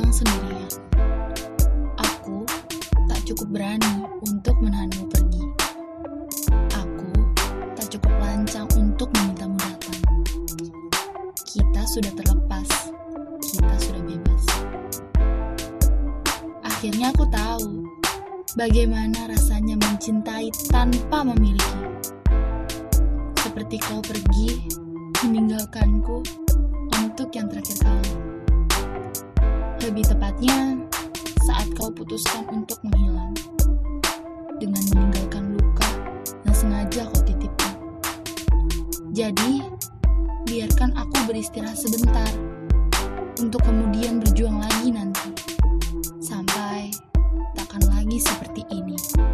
datang sendirian. Aku tak cukup berani untuk menahanmu pergi. Aku tak cukup lancang untuk memintamu datang. Kita sudah terlepas, kita sudah bebas. Akhirnya aku tahu bagaimana rasanya mencintai tanpa memiliki. Seperti kau pergi, meninggalkanku untuk yang terakhir kali. Lebih tepatnya, saat kau putuskan untuk menghilang, dengan meninggalkan luka yang sengaja kau titipkan. Jadi, biarkan aku beristirahat sebentar, untuk kemudian berjuang lagi nanti, sampai takkan lagi seperti ini.